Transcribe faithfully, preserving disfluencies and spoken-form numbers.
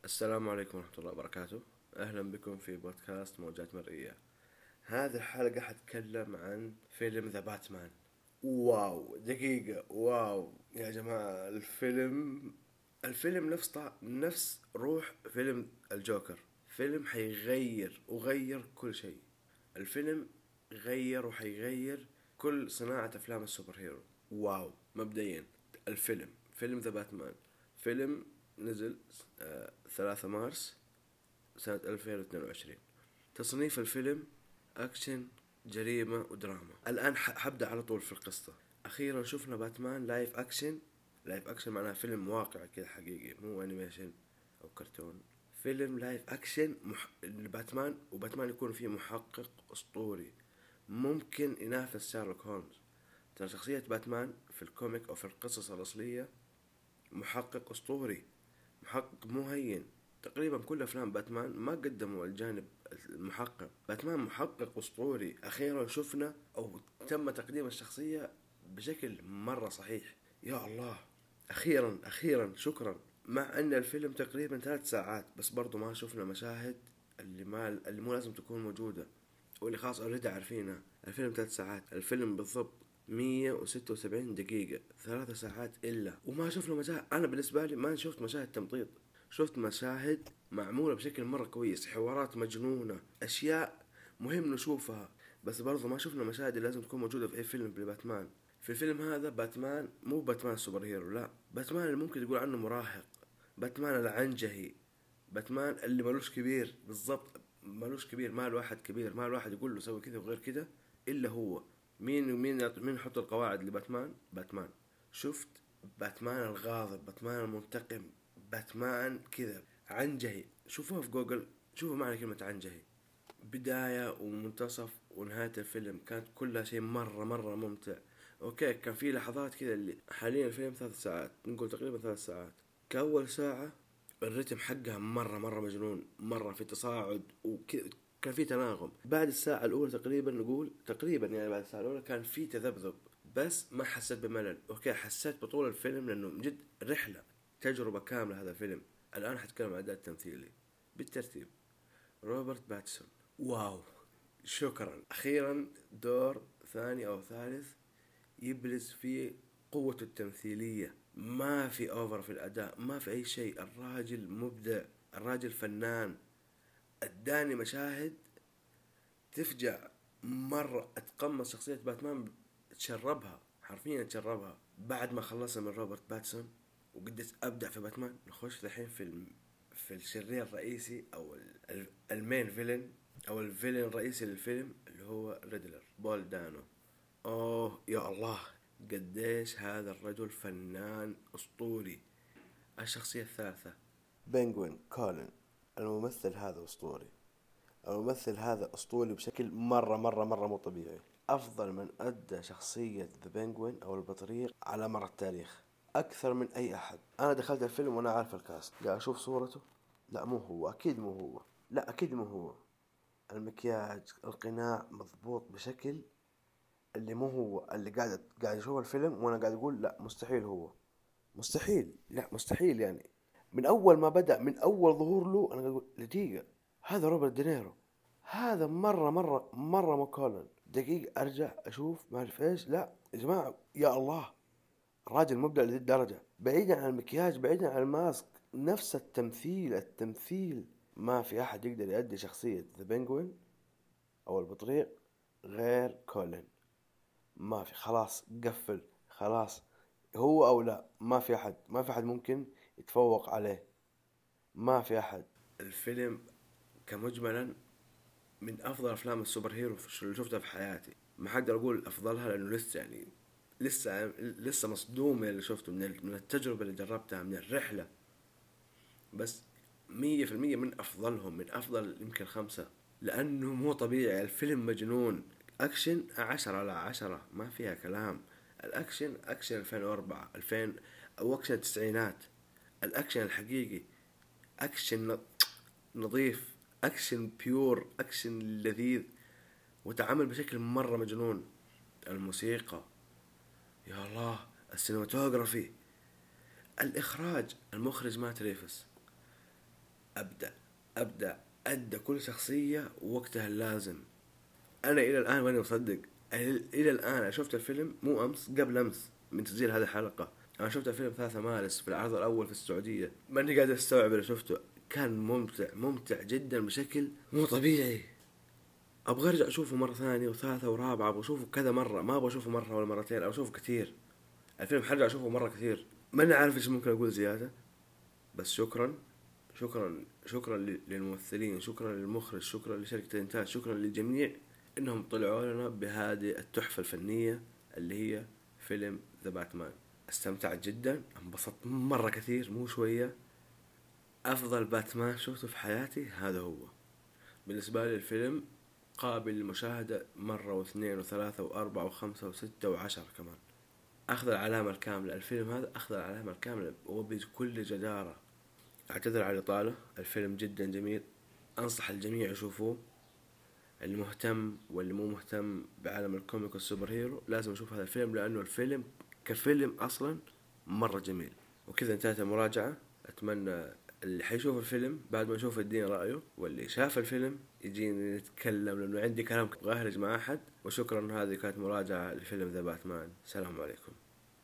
السلام عليكم ورحمة الله وبركاته. أهلا بكم في بودكاست موجات مرئية. هذه الحلقة حتكلم عن فيلم ذا باتمان. واو، دقيقة، واو يا جماعة. الفيلم الفيلم نفس طع... نفس روح فيلم الجوكر. فيلم حيغير وغير كل شيء. الفيلم غير وحيغير كل صناعة أفلام السوبر هيرو. واو. مبدئيا الفيلم فيلم ذا باتمان فيلم نزل آه ثلاثة مارس سنة ألفين واثنين وعشرين. تصنيف الفيلم أكشن، جريمة ودراما. الآن حبدأ على طول في القصة. أخيرا شفنا باتمان لايف أكشن. لايف أكشن معناها فيلم واقعي كذا حقيقي، مو أنيميشن أو كرتون. فيلم لايف أكشن مح... باتمان، وباتمان يكون فيه محقق أسطوري ممكن ينافس شارلوك هولمز. ترى شخصية باتمان في الكوميك أو في القصص الأصلية محقق أسطوري، محقق مو هين. تقريبا كل أفلام باتمان ما قدموا الجانب المحقق. باتمان محقق أسطوري. أخيرا شفنا أو تم تقديم الشخصية بشكل مرة صحيح. يا الله، أخيرا أخيرا شكرا. مع أن الفيلم تقريبا ثلاث ساعات بس برضو ما شفنا مشاهد اللي ما اللي مو لازم تكون موجودة واللي خلاص أوريدي عارفينها. الفيلم ثلاث ساعات، الفيلم بالضبط مية وستة وسبعين دقيقة، ثلاث ساعات إلا وما شفنا مشاهد. أنا بالنسبة لي ما شفت مشاهد تمطيط، شفت مشاهد معمولة بشكل مرة كويس، حوارات مجنونة، أشياء مهم نشوفها. بس برضو ما شفنا مشاهد اللي لازم تكون موجودة في أي فيلم لباتمان. في الفيلم هذا باتمان مو باتمان سوبر هيرو، لا، باتمان اللي ممكن تقول عنه مراهق، باتمان العنجهي، باتمان اللي ملوش كبير. بالضبط، ملوش كبير، ما له واحد كبير، ما له واحد يقول له سوي كذا وغير كذا إلا هو. مين ومين مين يحط القواعد لباتمان؟ باتمان. شفت باتمان الغاضب، باتمان المنتقم، باتمان كذا عنجهي. شوفوها في جوجل، شوفوا معنى كلمة عنجهي. بداية ومنتصف ونهاية الفيلم كانت كلها شيء مرة مرة ممتع. اوكي، كان في لحظات كذا. اللي حاليا الفيلم ثلاث ساعات، نقول تقريبا ثلاث ساعات. كأول ساعة الرتم حقها مرة مرة مجنون، مرة في تصاعد وكذا، كان في تناغم. بعد الساعة الأولى تقريبا، نقول تقريبا يعني بعد الساعة الأولى كان في تذبذب، بس ما حسيت بملل. أوكي، حسيت بطول الفيلم لأنه من جد رحلة، تجربة كاملة هذا الفيلم. الآن حتكلم عن الأداء التمثيلي بالترتيب. روبرت باتسون، واو، شكرا. أخيرا دور ثاني أو ثالث يبرز فيه قوته التمثيلية. ما في أوفر في الأداء، ما في أي شيء. الراجل مبدع، الراجل فنان. اداني مشاهد تفجع مرة. اتقمص شخصية باتمان، تشربها حرفيا، تشربها. بعد ما خلصنا من روبرت باتسون وقدرت ابدع في باتمان، نخش الحين في الم... في الشرير الرئيسي او ال... المين فيلن او الفيلن الرئيسي للفيلم اللي هو ريدلر، بول دانو. اوه يا الله، قديش هذا الرجل فنان اسطوري. الشخصية الثالثة بنغوين كولين. الممثل هذا اسطوري، الممثل هذا اسطوري بشكل مرة مرة مرة مو طبيعي. افضل من ادى شخصية ذا بنغوين او البطريق على مر التاريخ، اكثر من اي احد. انا دخلت الفيلم وانا عارف الكاست، قاعد اشوف صورته، لا مو هو، اكيد مو هو، لا اكيد مو هو. المكياج، القناع مضبوط بشكل اللي مو هو. اللي قاعد قاعد اشوف الفيلم وانا قاعد اقول لا مستحيل هو، مستحيل، لا مستحيل. يعني من اول ما بدأ، من اول ظهور له انا اقول دقيقة، هذا روبرت دينيرو، هذا مرة مرة مرة ماكولن. دقيقة ارجع اشوف ما اعرف ايش، لا يا جماعة يا الله، الراجل مبدع لذي الدرجة. بعيدا عن المكياج، بعيدا عن الماسك، نفس التمثيل، التمثيل. ما في احد يقدر يؤدي شخصية ذا بنجوين او البطريق غير كولن. ما في، خلاص قفل، خلاص هو او لا، ما في احد، ما في احد ممكن يتفوق عليه، ما في احد. الفيلم كمجملا من افضل افلام السوبر هيرو اللي شفتها في حياتي. ما حقدر اقول افضلها لانه لسه يعني لسه لسه مصدوم من اللي شفته، من من التجربة اللي جربتها، من الرحلة. بس مية في المية من افضلهم، من افضل يمكن خمسة، لانه مو طبيعي. الفيلم مجنون. اكشن عشرة على عشرة، ما فيها كلام. الاكشن اكشن ألفين وأربعة ألفين او اكشن التسعينات، الاكشن الحقيقي، اكشن نظيف، اكشن بيور، اكشن لذيذ وتعامل بشكل مرة مجنون. الموسيقى، يا الله، السينماتوغرافي، الاخراج، المخرج مات ريفس. أبدع أبدع أدى كل شخصية وقتها اللازم. أنا إلى الآن ماني مصدق، إلى الآن أنا شفت الفيلم مو أمس، قبل أمس من تسجيل هذه الحلقة. أنا شفت الفيلم ثلاثة مارس في العرض الأول في السعودية، ماني قادر أستوعب اللي شفته. كان ممتع ممتع جدا بشكل مو طبيعي. أبغى أرجع أشوفه مرة ثانية وثالثة ورابعة، أبغى أشوفه كذا مرة، ما أبغى أشوفه مرة ولا مرتين، أو أشوفه كثير. الفيلم حرجع أشوفه مرة كثير. ماني عارف إيش ممكن أقول زيادة، بس شكرا شكرا شكرا للممثلين، شكرا للمخرج، شكرا لشركة الإنتاج، شكرا للجميع إنهم طلعوا لنا بهذه التحفة الفنية اللي هي فيلم ذا باتمان. استمتعت جدا، انبسطت مرة كثير مو شوية. أفضل باتمان شفته في حياتي هذا هو. بالنسبة لي الفيلم قابل للمشاهدة مرة واثنين وثلاثة وأربعة وخمسة وستة وعشرة كمان. أخذ العلامة الكاملة، الفيلم هذا أخذ العلامة الكاملة وبكل جدارة. أعتذر على الإطالة، الفيلم جدا جميل، أنصح الجميع يشوفوه. اللي مهتم واللي مو مهتم بعالم الكوميك والسوبر هيرو لازم يشوف هذا الفيلم، لأنه الفيلم كفيلم أصلا مرة جميل. وكذا انتهت المراجعة. أتمنى اللي حيشوف الفيلم بعد ما يشوف يديني رأيه، واللي شاف الفيلم يجيني نتكلم، لأنه عندي كلام أبغى أهرج مع أحد. وشكرا، هذه كانت مراجعة لفيلم ذا باتمان. السلام عليكم.